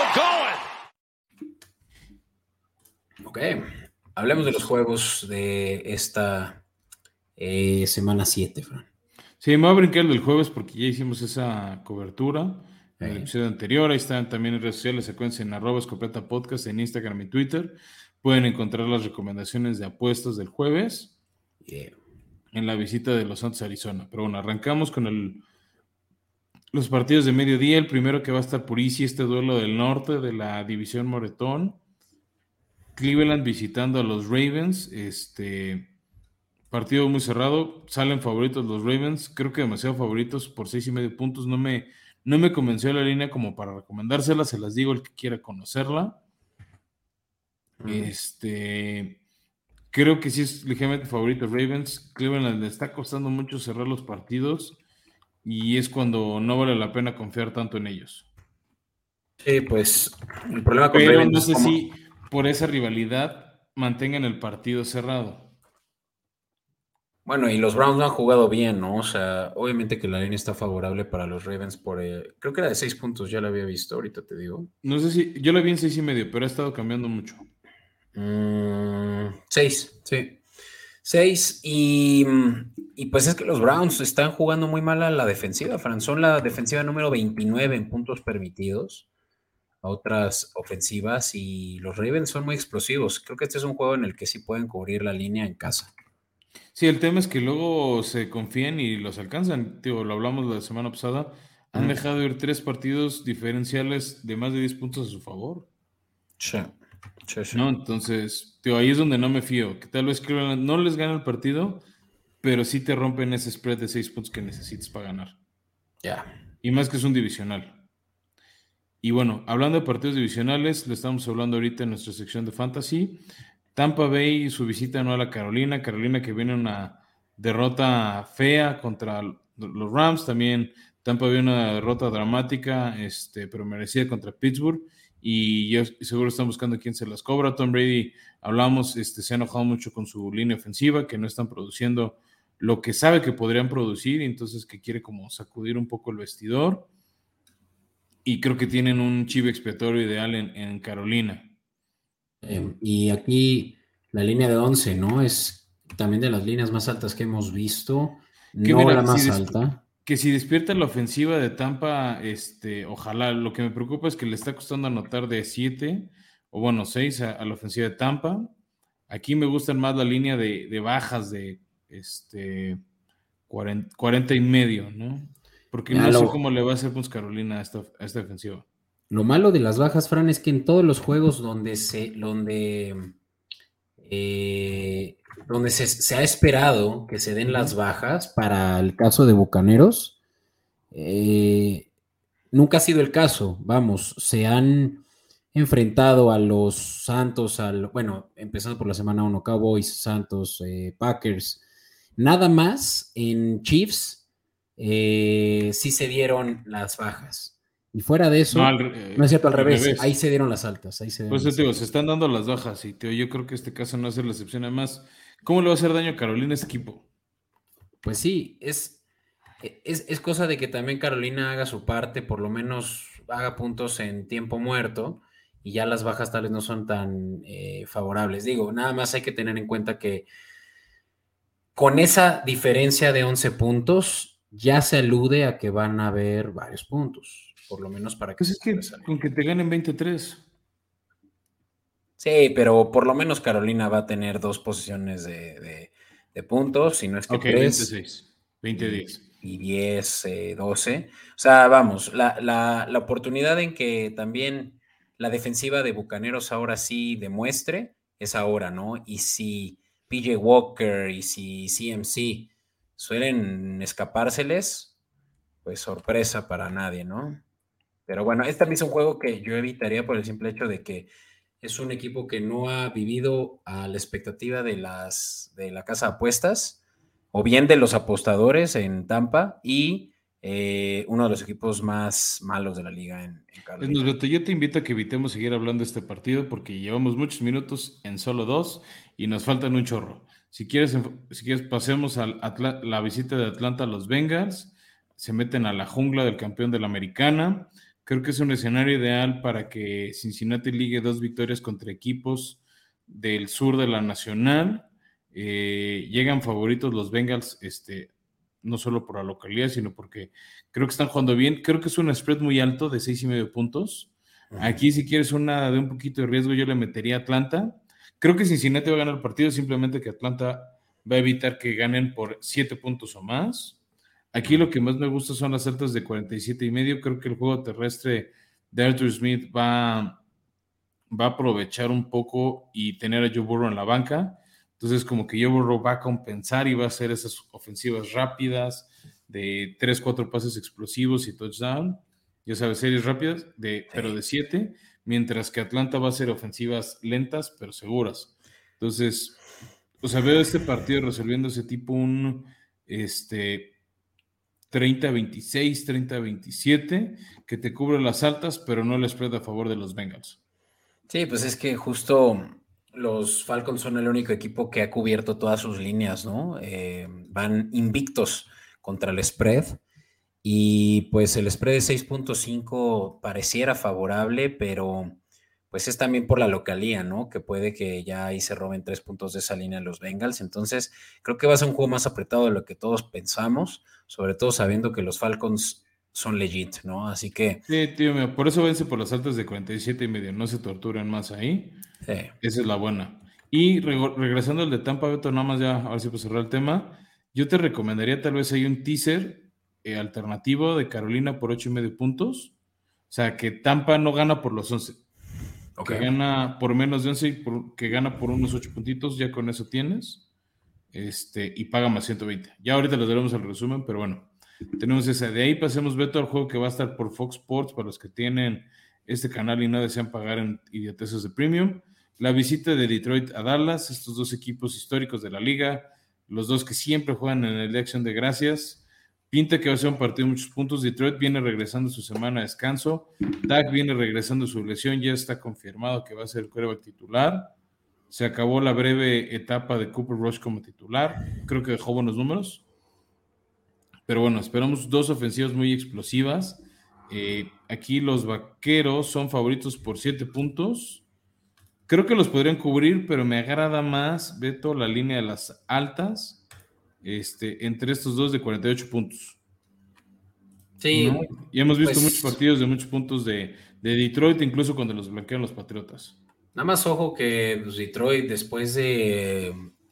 going. Ok, hablemos de los juegos de esta semana 7, Fran. Sí, me voy a brincar el del jueves porque ya hicimos esa cobertura en el episodio anterior. Ahí están también en redes sociales, acuérdense en @escopetapodcast en Instagram y Twitter. Pueden encontrar las recomendaciones de apuestas del jueves en la visita de los Santos a Arizona. Pero bueno, arrancamos con los partidos de mediodía. El primero que va a estar por Easy, este duelo del norte de la división Moretón. Cleveland visitando a los Ravens. Partido muy cerrado. Salen favoritos los Ravens. Creo que demasiado favoritos por 6.5 puntos. No me convenció la línea como para recomendársela. Se las digo el que quiera conocerla. Creo que sí es ligeramente favorito Ravens. Cleveland le está costando mucho cerrar los partidos y es cuando no vale la pena confiar tanto en ellos. Sí, pues el problema con Pero Ravens no sé si por esa rivalidad mantengan el partido cerrado. Bueno, y los Browns no han jugado bien, ¿no? O sea, obviamente que la línea está favorable para los Ravens creo que era de 6 puntos, ya la había visto, ahorita te digo. No sé si, yo la vi en 6.5, pero ha estado cambiando mucho. 6, sí. 6 y pues es que los Browns están jugando muy mal a la defensiva, Fran. Son la defensiva número 29 en puntos permitidos a otras ofensivas y los Ravens son muy explosivos. Creo que este es un juego en el que sí pueden cubrir la línea en casa. Sí, el tema es que luego se confían y los alcanzan. Tío, lo hablamos la semana pasada. Han dejado ir 3 partidos diferenciales de más de 10 puntos a su favor. Sí. No, entonces, tío, ahí es donde no me fío. Que tal vez Cleveland no les gana el partido, pero sí te rompen ese spread de 6 puntos que necesitas para ganar. Ya. Y más que es un divisional. Y bueno, hablando de partidos divisionales, le estamos hablando ahorita en nuestra sección de Fantasy. Tampa Bay y su visita anual a Carolina. Carolina que viene una derrota fea contra los Rams. También Tampa Bay una derrota dramática, pero merecida contra Pittsburgh. Y yo seguro están buscando quién se las cobra. Tom Brady, hablamos, se ha enojado mucho con su línea ofensiva, que no están produciendo lo que sabe que podrían producir, entonces que quiere como sacudir un poco el vestidor. Y creo que tienen un chivo expiatorio ideal en Carolina. Y aquí la línea de 11, ¿no? Es también de las líneas más altas que hemos visto. Que No mira, la más alta. Que si despierta la ofensiva de Tampa, ojalá. Lo que me preocupa es que le está costando anotar de 7, o bueno, 6 a la ofensiva de Tampa. Aquí me gustan más la línea de bajas de 40.5, ¿no? Porque no sé cómo le va a hacer Punts Carolina a esta ofensiva. Lo malo de las bajas, Fran, es que en todos los juegos donde se ha esperado que se den las bajas, para el caso de Bucaneros, nunca ha sido el caso. Vamos, se han enfrentado a los Santos, bueno, empezando por la semana 1, Cowboys, Santos, Packers, nada más en Chiefs sí se dieron las bajas. Y fuera de eso, no es cierto, al revés. Ahí se dieron las altas. Pues te se están dando las bajas y yo creo que este caso no va a ser la excepción. Además, ¿cómo le va a hacer daño a Carolina a este equipo? Pues sí, es cosa de que también Carolina haga su parte, por lo menos haga puntos en tiempo muerto y ya las bajas tales no son tan favorables. Digo, nada más hay que tener en cuenta que con esa diferencia de 11 puntos ya se alude a que van a haber varios puntos. Por lo menos para que pues es que con que te ganen 23. Sí, pero por lo menos Carolina va a tener 2 posiciones de puntos, si no es que 3. 26, 20-10. Y 10, 12. O sea, vamos, la oportunidad en que también la defensiva de Bucaneros ahora sí demuestre es ahora, ¿no? Y si PJ Walker y si CMC suelen escapárseles, pues sorpresa para nadie, ¿no? Pero bueno, este también es un juego que yo evitaría por el simple hecho de que es un equipo que no ha vivido a la expectativa de la casa de apuestas. o bien de los apostadores en Tampa y uno de los equipos más malos de la liga en Carolina. Beto, yo te invito a que evitemos seguir hablando de este partido porque llevamos muchos minutos en solo 2 y nos faltan un chorro. Si quieres pasemos a la visita de Atlanta a los Bengals. Se meten a la jungla del campeón de la Americana. Creo que es un escenario ideal para que Cincinnati ligue 2 victorias contra equipos del sur de la Nacional. Llegan favoritos los Bengals, no solo por la localidad, sino porque creo que están jugando bien. Creo que es un spread muy alto de 6.5 puntos. Aquí, si quieres una de un poquito de riesgo, yo le metería a Atlanta. Creo que Cincinnati va a ganar el partido, simplemente que Atlanta va a evitar que ganen por 7 puntos o más. Aquí lo que más me gusta son las altas de 47.5. Creo que el juego terrestre de Arthur Smith va a aprovechar un poco y tener a Joe Burrow en la banca. Entonces, como que Joe Burrow va a compensar y va a hacer esas ofensivas rápidas de 3-4 pases explosivos y touchdown. Ya sabes, series rápidas, pero de 7, mientras que Atlanta va a hacer ofensivas lentas, pero seguras. Entonces, veo este partido resolviéndose tipo un 30-26, 30-27, que te cubre las altas, pero no el spread a favor de los Bengals. Sí, pues es que justo los Falcons son el único equipo que ha cubierto todas sus líneas, ¿no? Van invictos contra el spread y pues el spread de 6.5 pareciera favorable, pero pues es también por la localía, ¿no? Que puede que ya ahí se roben 3 puntos de esa línea los Bengals. Entonces, creo que va a ser un juego más apretado de lo que todos pensamos, sobre todo sabiendo que los Falcons son legit, ¿no? Así que... Sí, tío, por eso vence por las altas de 47.5, no se torturan más ahí. Sí. Esa es la buena. Y regresando al de Tampa, Beto, nada más ya, a ver si puedo cerrar el tema, yo te recomendaría tal vez hay un teaser alternativo de Carolina por 8.5 puntos. O sea, que Tampa no gana por los 11. Okay. Que gana por menos de 11, que gana por unos 8 puntitos, ya con eso tienes. Y paga más 120. Ya ahorita les daremos el resumen, pero bueno. Tenemos esa. De ahí pasemos, Beto, al juego que va a estar por Fox Sports para los que tienen este canal y no desean pagar en idioteces de premium. La visita de Detroit a Dallas, estos dos equipos históricos de la liga, los dos que siempre juegan en el Día de Acción de Gracias. Pinta que va a ser un partido de muchos puntos. Detroit viene regresando su semana de descanso. Dak viene regresando su lesión, ya está confirmado que va a ser el quarterback titular. Se acabó la breve etapa de Cooper Rush como titular. Creo que dejó buenos números. Pero bueno, esperamos dos ofensivas muy explosivas. Aquí los Vaqueros son favoritos por 7 puntos. Creo que los podrían cubrir, pero me agrada más, Beto, la línea de las altas entre estos dos de 48 puntos. Sí. ¿No? Y hemos visto muchos partidos de muchos puntos de Detroit, incluso cuando los blanquean los Patriotas. Nada más ojo que Detroit, después de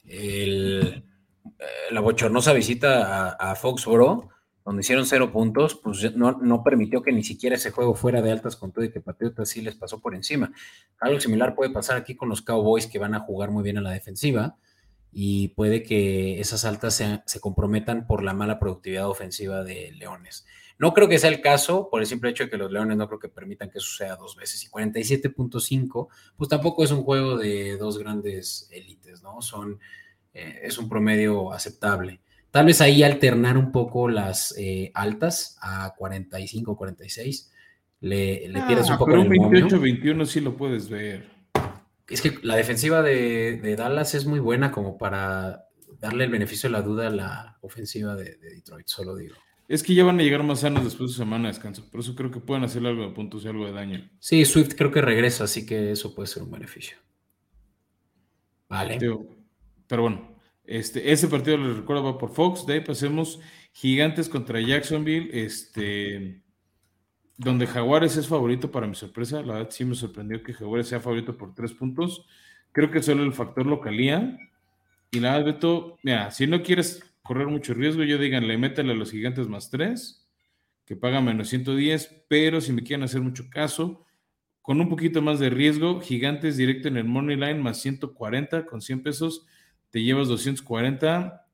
la bochornosa visita a Foxborough, donde hicieron 0 puntos, pues no permitió que ni siquiera ese juego fuera de altas con todo y que Patriotas sí les pasó por encima. Algo similar puede pasar aquí con los Cowboys, que van a jugar muy bien a la defensiva, y puede que esas altas se comprometan por la mala productividad ofensiva de Leones. No creo que sea el caso, por el simple hecho de que los Leones no creo que permitan que suceda 2 veces. Y 47.5, pues tampoco es un juego de dos grandes élites, ¿no? Es un promedio aceptable. Tal vez ahí alternar un poco las altas a 45, 46. Le pierdes un poco pero en un el momio. 28-21 sí lo puedes ver. Es que la defensiva de Dallas es muy buena como para darle el beneficio de la duda a la ofensiva de Detroit, solo digo. Es que ya van a llegar más sanos después de su semana de descanso, por eso creo que pueden hacer algo de puntos y algo de daño. Sí, Swift creo que regresa, así que eso puede ser un beneficio. Vale. Pero bueno, ese partido, les recuerdo, va por Fox. De ahí pasemos Gigantes contra Jacksonville, donde Jaguares es favorito para mi sorpresa. La verdad sí me sorprendió que Jaguares sea favorito por 3 puntos. Creo que solo el factor localía. Y la verdad, Beto, mira, si no quieres correr mucho riesgo, yo díganle, métele a los Gigantes más 3, que pagan menos 110, pero si me quieren hacer mucho caso, con un poquito más de riesgo, Gigantes directo en el Money Line más 140, con 100 pesos te llevas 240.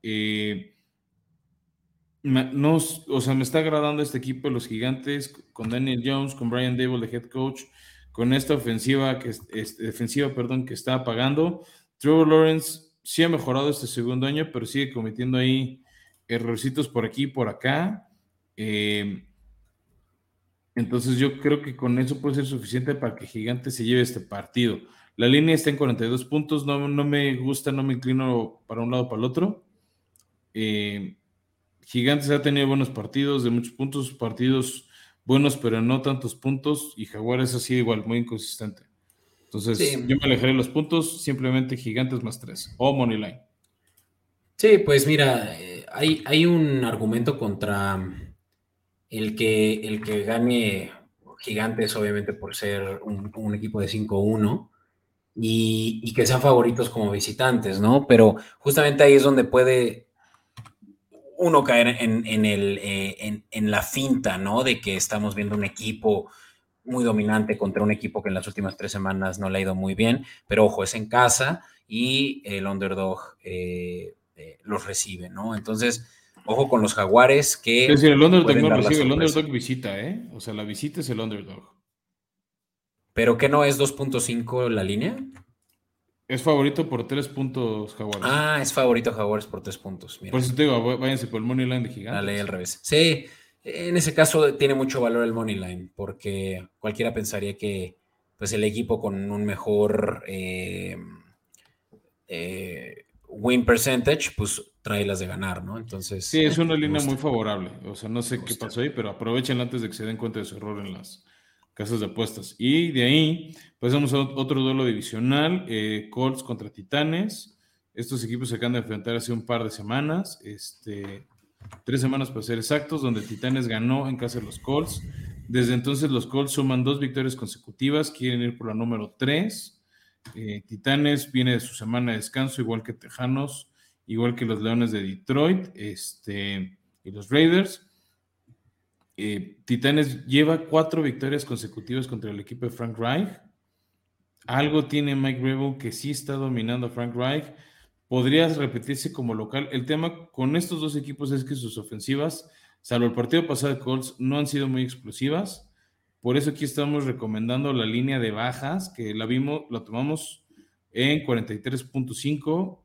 Me está agradando este equipo de los Gigantes, con Daniel Jones, con Brian Daboll de head coach, con esta ofensiva defensiva que está pagando. Trevor Lawrence sí ha mejorado este segundo año, pero sigue cometiendo ahí errorcitos por aquí y por acá. Entonces yo creo que con eso puede ser suficiente para que Gigantes se lleve este partido. La línea está en 42 puntos, no me gusta, no me inclino para un lado o para el otro. Gigantes ha tenido buenos partidos, de muchos puntos, partidos buenos, pero no tantos puntos, y Jaguares ha sido igual, muy inconsistente. Entonces, yo me Sí, alejaré de los puntos, simplemente Gigantes +3 o Moneyline. sí, pues mira, hay un argumento contra el que gane Gigantes, obviamente por ser un equipo de 5-1 y que sean favoritos como visitantes, ¿no? Pero justamente ahí es donde puede uno caer en la finta, ¿no? De que estamos viendo un equipo muy dominante contra un equipo que en las últimas 3 semanas no le ha ido muy bien, pero ojo, es en casa y el underdog los recibe, ¿no? Entonces, ojo con los Jaguares Es que decir, el underdog pueden no dar la recibe, el sorpresa. underdog visita, ¿eh? O sea, la visita es el underdog. ¿Pero qué no es 2.5 la línea? Es favorito por 3 puntos Jaguares. Ah, es favorito Jaguares por 3 puntos, Por mira. eso te digo, váyanse por el Moneyline de La ley al Gigantes. revés. Sí, en ese caso tiene mucho valor el money line, porque cualquiera pensaría que pues el equipo con un mejor win percentage, pues trae las de ganar, ¿no? Sí, Entonces, es una me línea muy gusta, favorable. O sea, no me sé qué gusta. pasó ahí, pero aprovechen antes de que se den cuenta de su error en las casas de apuestas. Y de ahí pasamos a otro duelo divisional, Colts contra Titanes. Estos equipos se acaban de enfrentar hace un par de semanas, 3 semanas para ser exactos, donde Titanes ganó en casa de los Colts. Desde entonces los Colts suman 2 victorias consecutivas, quieren ir por la número 3. Titanes viene de su semana de descanso, igual que Tejanos, igual que los Leones de Detroit, y los Raiders. Titanes lleva 4 victorias consecutivas contra el equipo de Frank Reich. Algo tiene Mike Vrabel que sí está dominando a Frank Reich. Podría repetirse como local. El tema con estos dos equipos es que sus ofensivas, salvo el partido pasado de Colts, no han sido muy explosivas. Por eso aquí estamos recomendando la línea de bajas, que la tomamos en 43.5.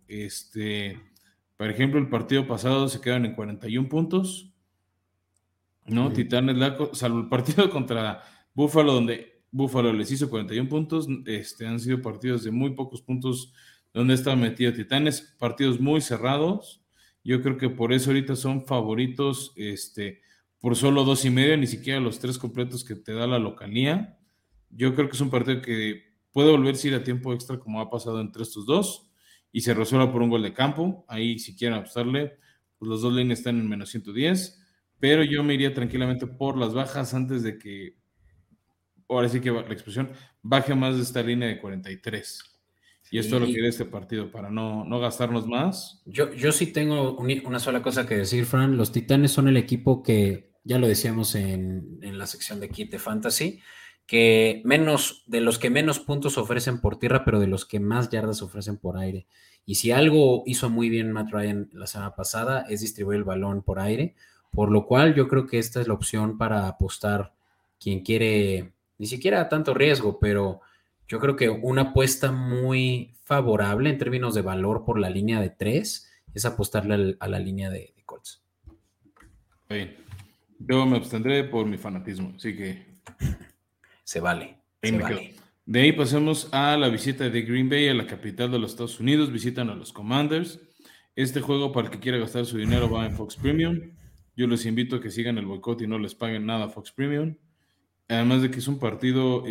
Por ejemplo, el partido pasado se quedaron en 41 puntos. ¿No? Titanes, salvo el partido contra Buffalo, donde Buffalo les hizo 41 puntos, han sido partidos de muy pocos puntos donde está metido Titanes, partidos muy cerrados. Yo creo que por eso ahorita son favoritos, por solo 2.5, ni siquiera los 3 completos que te da la localía. Yo creo que es un partido que puede volverse a ir a tiempo extra, como ha pasado entre estos dos, y se resuelva por un gol de campo. Ahí, si quieren apostarle, pues los dos líneas están en -110, pero yo me iría tranquilamente por las bajas antes de que, ahora sí que la expresión, baje más de esta línea de 43. Y esto es lo que Sí, era este partido, para no gastarnos más. yo sí tengo una sola cosa que decir, Fran. Los Titanes son el equipo que, ya lo decíamos en la sección de Kit de Fantasy, que de los que menos puntos ofrecen por tierra, pero de los que más yardas ofrecen por aire. Y si algo hizo muy bien Matt Ryan la semana pasada es distribuir el balón por aire, por lo cual yo creo que esta es la opción para apostar quien quiere, ni siquiera tanto riesgo, pero yo creo que una apuesta muy favorable en términos de valor por la línea de 3 es apostarle a la línea de Colts. Bien. Yo me abstendré por mi fanatismo, así que Se vale, ahí se me quedo. vale. De ahí pasamos a la visita de Green Bay a la capital de los Estados Unidos. Visitan a los Commanders. Este juego, para el que quiera gastar su dinero, va en Fox Premium. Yo les invito a que sigan el boicot y no les paguen nada a Fox Premium. Además de que es un partido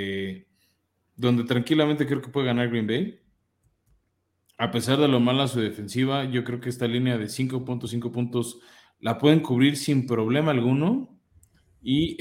donde tranquilamente creo que puede ganar Green Bay. A pesar de lo mala su defensiva, yo creo que esta línea de 5.5 puntos la pueden cubrir sin problema alguno. Y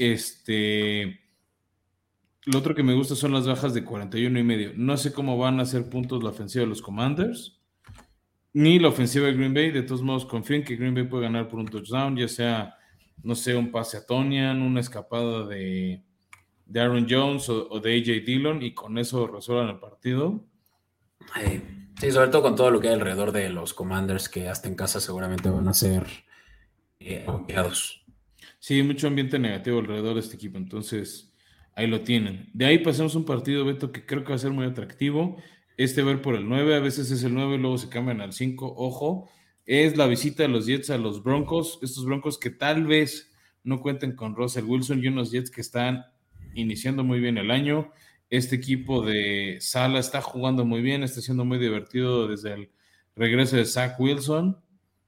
lo otro que me gusta son las bajas de 41.5. No sé cómo van a hacer puntos la ofensiva de los Commanders, ni la ofensiva de Green Bay. De todos modos, confío en que Green Bay puede ganar por un touchdown, ya sea, no sé, un pase a Tonyan, una escapada de Aaron Jones o de AJ Dillon, y con eso resuelvan el partido. Sí, sobre todo con todo lo que hay alrededor de los Commanders que hasta en casa seguramente van a ser golpeados. Sí, mucho ambiente negativo alrededor de este equipo, entonces ahí lo tienen. De ahí pasamos a un partido, Beto, que creo que va a ser muy atractivo. Va a ir por el 9, a veces es el 9, luego se cambian al 5. Ojo, es la visita de los Jets a los Broncos, estos Broncos que tal vez no cuenten con Russell Wilson y unos Jets que están iniciando muy bien el año. Este equipo de Sala está jugando muy bien, está siendo muy divertido desde el regreso de Zach Wilson,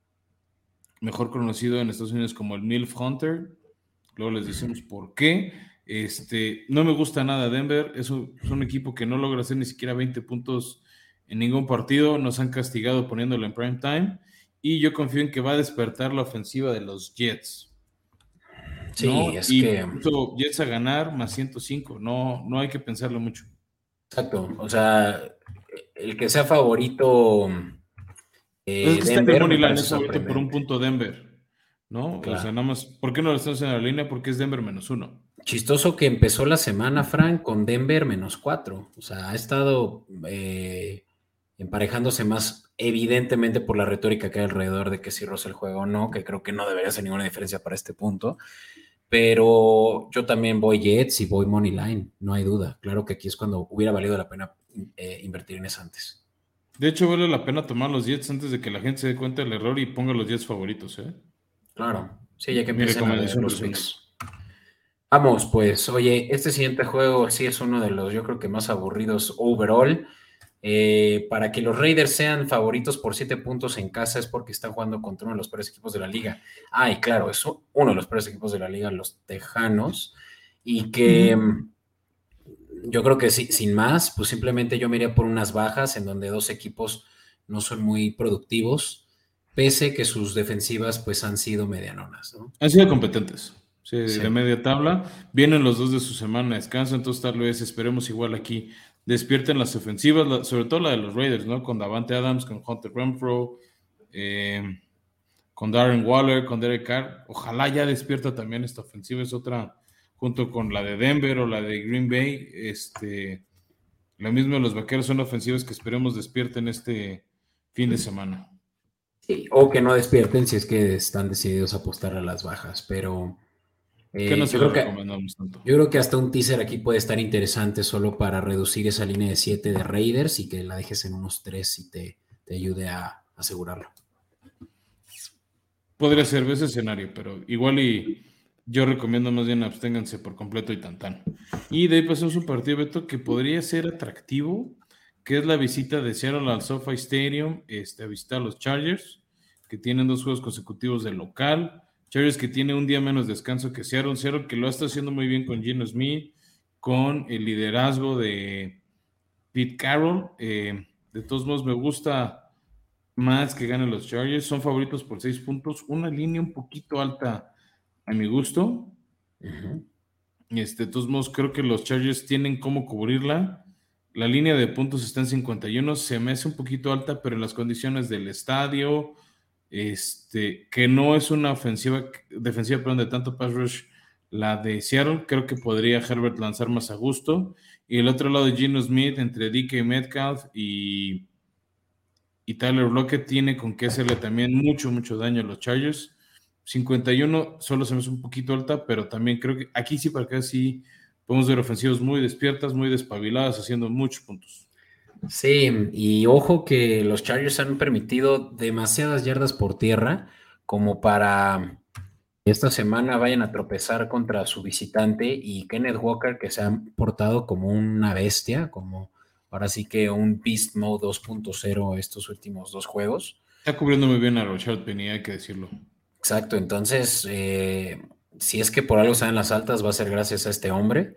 mejor conocido en Estados Unidos como el MILF Hunter. Luego les decimos por qué. No me gusta nada Denver, es un equipo que no logra hacer ni siquiera 20 puntos en ningún partido, nos han castigado poniéndolo en prime time, y yo confío en que va a despertar la ofensiva de los Jets. Sí, ¿no? es Y que... Jets a ganar más 105, no hay que pensarlo mucho. Exacto, o sea, el que sea favorito Pues es que está en el Denver me Money Line, parece es favorito por un sorprendente. punto Denver, ¿no? O sea, Claro. nada más, ¿por qué no lo estamos en la línea? Porque es Denver -1. Chistoso que empezó la semana, Frank, con Denver -4. O sea, ha estado emparejándose más evidentemente por la retórica que hay alrededor de que si Russell juega o no, que creo que no debería ser ninguna diferencia para este punto. Pero yo también voy Jets y voy Money Line, no hay duda. Claro que aquí es cuando hubiera valido la pena invertir en eso antes. De hecho, vale la pena tomar los Jets antes de que la gente se dé cuenta del error y ponga los Jets favoritos, ¿eh? Claro, sí, ya que Mi empiecen a leer recomendación los personal. picks. Vamos, pues, oye, este siguiente juego sí es uno de los, yo creo que más aburridos overall. Para que los Raiders sean favoritos por 7 puntos en casa es porque están jugando contra uno de los peores equipos de la liga. Ah, y claro, es uno de los peores equipos de la liga, los Tejanos, y que yo creo que sí, sin más, pues simplemente yo me iría por unas bajas en donde dos equipos no son muy productivos, pese que sus defensivas pues han sido medianonas, ¿no? Han sido competentes, sí, Sí. de media tabla. Vienen los dos de su semana de descanso, entonces tal vez esperemos igual aquí despierten las ofensivas, sobre todo la de los Raiders, ¿no? Con Davante Adams, con Hunter Renfrow, con Darren Waller, con Derek Carr. Ojalá ya despierta también esta ofensiva, es otra, junto con la de Denver o la de Green Bay, la misma de los Vaqueros, son ofensivas que esperemos despierten este fin de semana. Sí, o que no despierten si es que están decididos a apostar a las bajas, pero Que no se yo lo creo que recomendamos tanto. yo creo que hasta un teaser aquí puede estar interesante solo para reducir esa línea de 7 de Raiders y que la dejes en unos 3 y te ayude a asegurarlo. Podría ser ese escenario, pero igual y yo recomiendo más bien absténganse por completo y tan. Y de ahí pasamos un partido, Beto, que podría ser atractivo, que es la visita de Seattle al SoFi Stadium, a visitar a los Chargers, que tienen 2 juegos consecutivos de local. Chargers que tiene un día menos descanso que Seattle que lo está haciendo muy bien con Geno Smith, con el liderazgo de Pete Carroll. De todos modos, me gusta más que ganen los Chargers. Son favoritos por 6 puntos. Una línea un poquito alta a mi gusto. Uh-huh. De todos modos, creo que los Chargers tienen cómo cubrirla. La línea de puntos está en 51. Se me hace un poquito alta, pero en las condiciones del estadio, que no es una defensiva, perdón, de tanto pass rush, la de Seattle, creo que podría Herbert lanzar más a gusto. Y el otro lado de Geno Smith, entre DK Metcalf y Tyler Lockett, tiene con qué hacerle también mucho daño a los Chargers. 51 solo se me hace un poquito alta, pero también creo que aquí sí, para acá sí podemos ver ofensivos muy despiertas, muy despabiladas, haciendo muchos puntos. Sí, y ojo que los Chargers han permitido demasiadas yardas por tierra como para esta semana vayan a tropezar contra su visitante y Kenneth Walker, que se ha portado como una bestia, como ahora sí que un Beast Mode 2.0 estos últimos 2 juegos. Está cubriendo muy bien a Rashad Penny, hay que decirlo. Exacto, entonces, si es que por algo salen las altas, va a ser gracias a este hombre.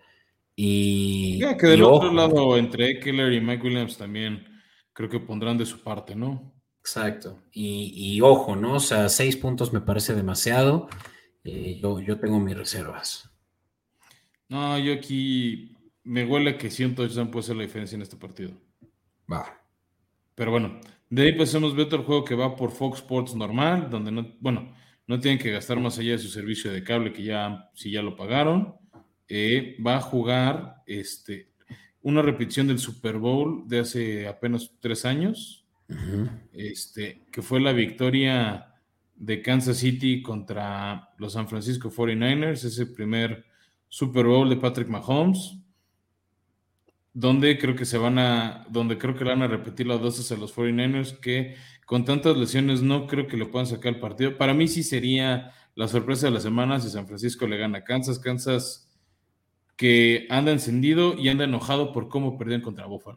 Ya que Y del otro ojo, lado, entre Ekeler y Mike Williams también creo que pondrán de su parte, ¿no? exacto, y ojo, ¿no? O sea, 6 puntos me parece demasiado. Yo tengo mis reservas. No, yo aquí me huele que siento que puede ser la diferencia en este partido. Va. Pero bueno, de ahí pasamos a otro juego que va por Fox Sports normal, donde no tienen que gastar más allá de su servicio de cable, que si ya lo pagaron. Va a jugar una repetición del Super Bowl de hace apenas 3 años, Uh-huh. que fue la victoria de Kansas City contra los San Francisco 49ers, ese primer Super Bowl de Patrick Mahomes. donde creo que le van a repetir las dosis a los 49ers, que con tantas lesiones no creo que le puedan sacar el partido. Para mí sí sería la sorpresa de la semana si San Francisco le gana a Kansas que anda encendido y anda enojado por cómo perdieron contra Buffalo.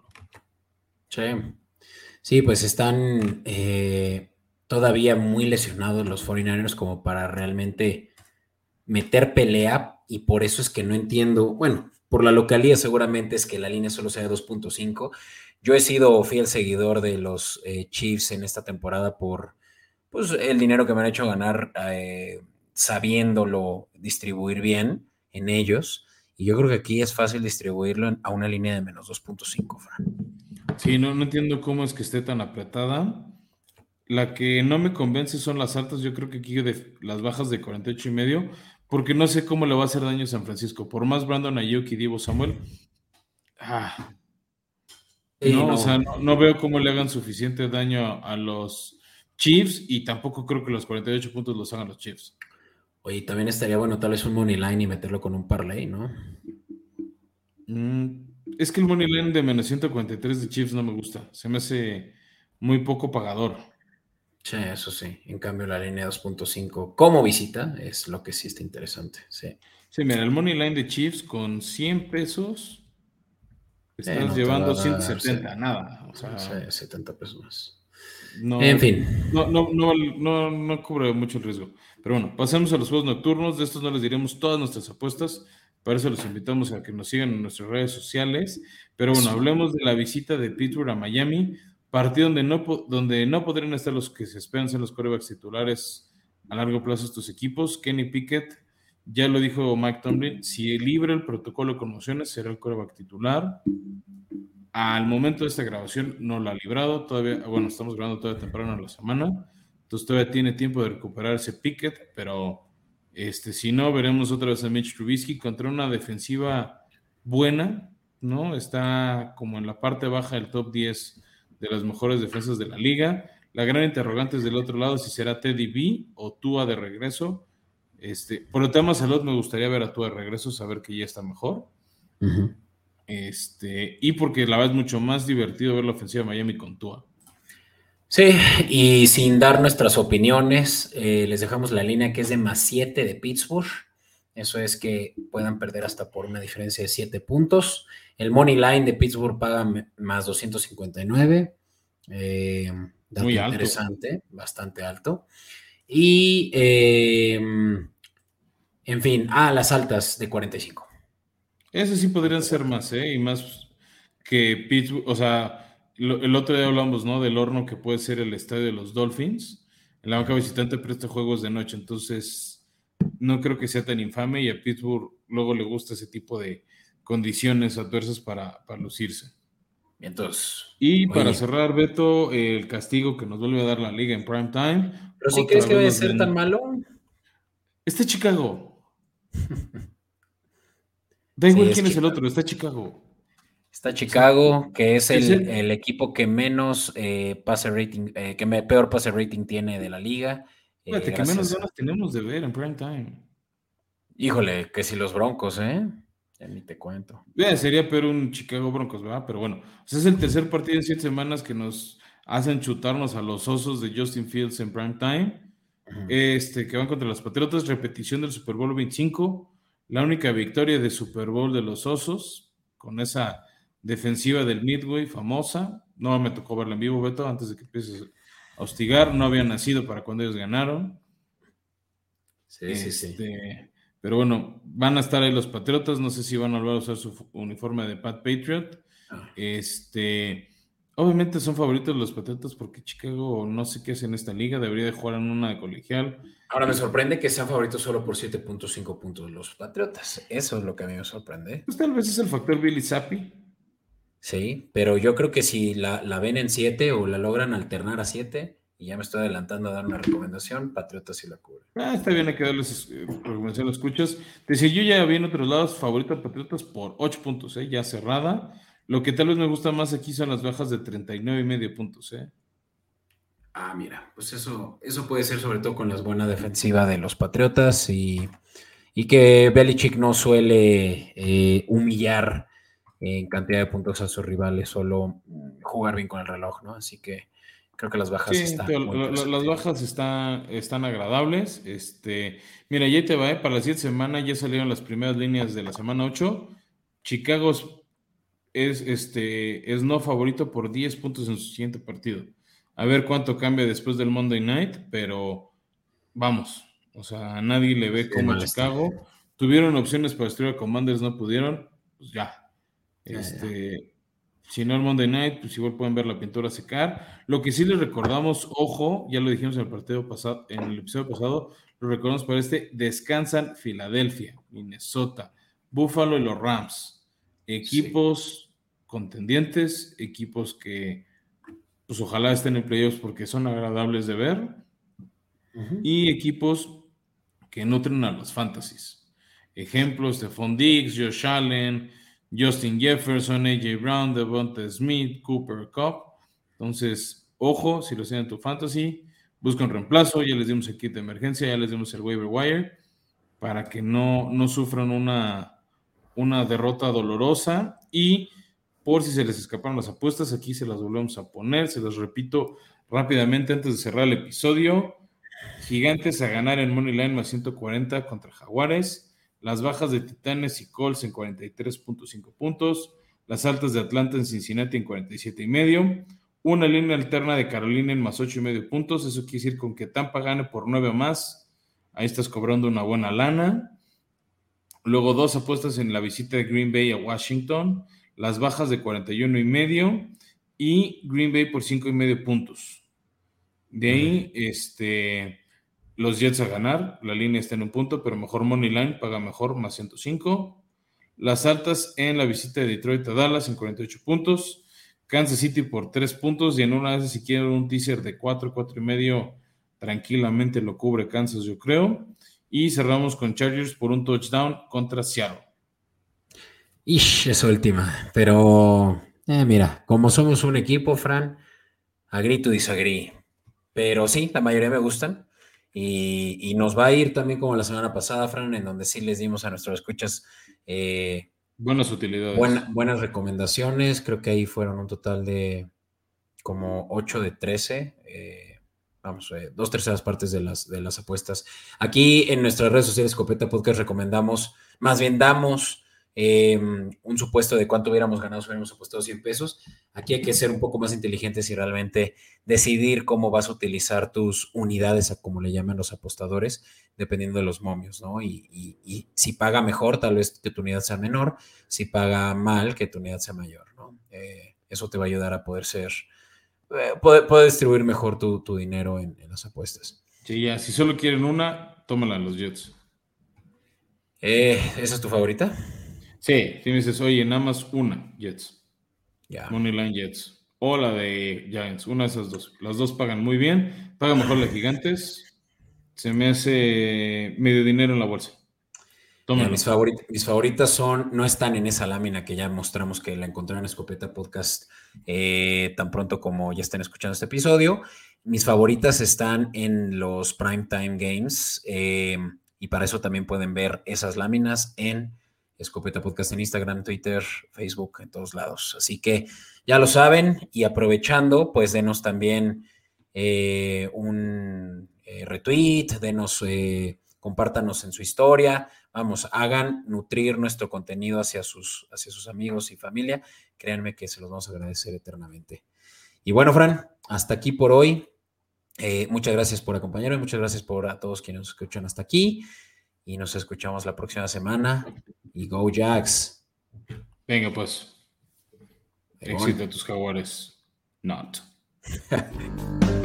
Sí, pues están todavía muy lesionados los 49ers como para realmente meter pelea, y por eso es que no entiendo, bueno, por la localía seguramente es que la línea solo sea de 2.5. Yo he sido fiel seguidor de los Chiefs en esta temporada por pues, el dinero que me han hecho ganar sabiéndolo distribuir bien en ellos, y yo creo que aquí es fácil distribuirlo a una línea de menos 2.5, Fran. Sí, no entiendo cómo es que esté tan apretada. La que no me convence son las altas. Yo creo que aquí las bajas de 48.5, porque no sé cómo le va a hacer daño a San Francisco. Por más Brandon Ayuk y Deebo Samuel. O sea, no veo cómo le hagan suficiente daño a los Chiefs, y tampoco creo que los 48 puntos los hagan los Chiefs. Oye, también estaría bueno tal vez un money line y meterlo con un parlay, ¿no? Es que el money line de menos 143 de Chiefs no me gusta. Se me hace muy poco pagador. Sí, eso sí. En cambio, la línea 2.5 como visita es lo que sí está interesante. Sí. Sí, mira, el money line de Chiefs con 100 pesos estás no llevando te va a dar, 170, nada. O sea, 70 pesos más. No, en fin. No cubre mucho el riesgo. Pero bueno, pasemos a los juegos nocturnos. De estos no les diremos todas nuestras apuestas. Para eso los invitamos a que nos sigan en nuestras redes sociales. Pero bueno, hablemos de la visita de Pittsburgh a Miami. Partido donde no podrían estar los que se esperan ser los quarterbacks titulares a largo plazo estos equipos. Kenny Pickett, ya lo dijo Mike Tomlin, si libra el protocolo de conmociones será el quarterback titular. Al momento de esta grabación no lo ha librado todavía. Bueno, estamos grabando todavía temprano en la semana, entonces todavía tiene tiempo de recuperarse Pickett, pero si no, veremos otra vez a Mitch Trubisky contra una defensiva buena, ¿no? Está como en la parte baja del top 10 de las mejores defensas de la liga. La gran interrogante es del otro lado si será Teddy B o Tua de regreso. Por el tema salud me gustaría ver a Tua de regreso, saber que ya está mejor. Uh-huh. Y porque la verdad es mucho más divertido ver la ofensiva de Miami con Tua. Sí, y sin dar nuestras opiniones, les dejamos la línea que es de +7 de Pittsburgh. Eso es que puedan perder hasta por una diferencia de 7 puntos. El money line de Pittsburgh paga más 259. Dato muy alto. Interesante, bastante alto. Y, en fin, las altas de 45. Esas sí podrían ser más, y más que Pittsburgh. O sea, el otro día hablamos, ¿no? Del horno que puede ser el estadio de los Dolphins. En la banca visitante presta juegos de noche, entonces no creo que sea tan infame, y a Pittsburgh luego le gusta ese tipo de condiciones adversas para lucirse. Entonces, y para cerrar, Beto, el castigo que nos vuelve a dar la liga en prime time. ¿Pero si crees que vaya a ser tan malo? Está Chicago. Da igual quién es el otro, está Chicago. Está Chicago, que es el equipo que menos pase rating, que peor pase rating tiene de la liga. Fíjate, que menos ganas tenemos de ver en prime time. Híjole, que si los Broncos, ya ni te cuento. Sería peor un Chicago Broncos, ¿verdad? Pero bueno, es el tercer partido en 7 semanas que nos hacen chutarnos a los Osos de Justin Fields en prime time. Uh-huh. Que van contra los Patriotas, repetición del Super Bowl 25. La única victoria de Super Bowl de los Osos, con esa defensiva del Midway famosa. No me tocó verla en vivo, Beto, antes de que empieces a hostigar. No había nacido para cuando ellos ganaron. Sí. Pero bueno, van a estar ahí los Patriotas. No sé si van a volver a usar su uniforme de Pat Patriot. Obviamente son favoritos los Patriotas porque Chicago no sé qué hace en esta liga. Debería de jugar en una de colegial. Ahora me sorprende que sean favoritos solo por 7.5 puntos los Patriotas. Eso es lo que a mí me sorprende. Pues tal vez es el factor Billy Zappi. Sí, pero yo creo que si la ven en 7 o la logran alternar a 7, y ya me estoy adelantando a dar una recomendación, Patriotas sí la cubre. Está bien, hay que darles recomendación, lo escuchas. Decir, yo ya vi en otros lados favorito a Patriotas por 8 puntos, ya cerrada. Lo que tal vez me gusta más aquí son las bajas de 39.5 puntos, Mira, pues eso puede ser sobre todo con la buena defensiva de los Patriotas y que Belichick no suele humillar en cantidad de puntos a sus rivales, solo jugar bien con el reloj, ¿no? Así que creo que las bajas Sí, están muy las bajas están agradables. Mira, ya te va, para la siguiente semana ya salieron las primeras líneas de la semana 8. Chicago es no favorito por 10 puntos en su siguiente partido. A ver cuánto cambia después del Monday Night, pero vamos, o sea, a nadie le ve Sí, como a mal está. Chicago. Tuvieron opciones para destruir a Commanders, no pudieron, pues ya. Ya. Si no el Monday Night, pues igual pueden ver la pintura secar. Lo que sí les recordamos, ojo, ya lo dijimos en el partido pasado, en el episodio pasado, lo recordamos para descansan Filadelfia, Minnesota, Buffalo y los Rams. Equipos contendientes, equipos que pues ojalá estén en playoffs porque son agradables de ver, y equipos que nutren a los fantasies. Ejemplos: Stephon Diggs, Josh Allen, Justin Jefferson, AJ Brown, Devonta Smith, Cooper Kupp. Entonces, ojo, si lo tienen en tu fantasy, busca un reemplazo. Ya les dimos el kit de emergencia, ya les dimos el waiver wire para que no sufran una derrota dolorosa. Y por si se les escaparon las apuestas, aquí se las volvemos a poner. Se las repito rápidamente antes de cerrar el episodio. Gigantes a ganar en Moneyline más 140 contra Jaguares. Las bajas de Titanes y Colts en 43.5 puntos. Las altas de Atlanta en Cincinnati en 47.5. Una línea alterna de Carolina en más 8.5 puntos. Eso quiere decir con que Tampa gane por 9 más. Ahí estás cobrando una buena lana. Luego 2 apuestas en la visita de Green Bay a Washington. Las bajas de 41.5 y Green Bay por 5.5 puntos. De ahí, los Jets a ganar, la línea está en un punto, pero mejor Moneyline, paga mejor, más 105. Las altas en la visita de Detroit a Dallas en 48 puntos. Kansas City por 3 puntos, y en una vez, si quieren un teaser de 4.5, tranquilamente lo cubre Kansas, yo creo. Y cerramos con Chargers por un touchdown contra Seattle. Esa última, pero mira, como somos un equipo, Fran, agree to disagree. Pero sí, la mayoría me gustan. Y nos va a ir también como la semana pasada, Fran, en donde sí les dimos a nuestros escuchas buenas utilidades. Buenas recomendaciones. Creo que ahí fueron un total de como 8 de 13. 2/3 partes de las apuestas. Aquí en nuestras redes sociales, Escopeta Podcast, recomendamos, más bien damos un supuesto de cuánto hubiéramos ganado si hubiéramos apostado 100 pesos. Aquí hay que ser un poco más inteligentes y realmente decidir cómo vas a utilizar tus unidades, a como le llaman los apostadores, dependiendo de los momios, ¿no? Y si paga mejor, tal vez que tu unidad sea menor; si paga mal, que tu unidad sea mayor, ¿no? Eso te va a ayudar a poder distribuir mejor tu dinero en las apuestas. Sí, ya, si solo quieren una, tómala los Jets. ¿Esa es tu favorita? Sí, si me dices, oye, nada más una, Jets. Ya. Moneyline Jets. O la de Giants, una de esas dos. Las dos pagan muy bien. Paga mejor la Gigantes. Se me hace medio dinero en la bolsa. Mira, mis favoritas no están en esa lámina que ya mostramos que la encontraron en Escopeta Podcast tan pronto como ya estén escuchando este episodio. Mis favoritas están en los Primetime Games, y para eso también pueden ver esas láminas en Escopeta Podcast en Instagram, Twitter, Facebook, en todos lados. Así que ya lo saben, y aprovechando, pues denos también un retweet, compártanos en su historia. Vamos, hagan nutrir nuestro contenido hacia sus amigos y familia. Créanme que se los vamos a agradecer eternamente. Y bueno, Fran, hasta aquí por hoy. Muchas gracias por acompañarme, muchas gracias a todos quienes nos escuchan hasta aquí, y nos escuchamos la próxima semana. Y Go Jags. Venga, pues. Éxito a tus Jaguares. Not.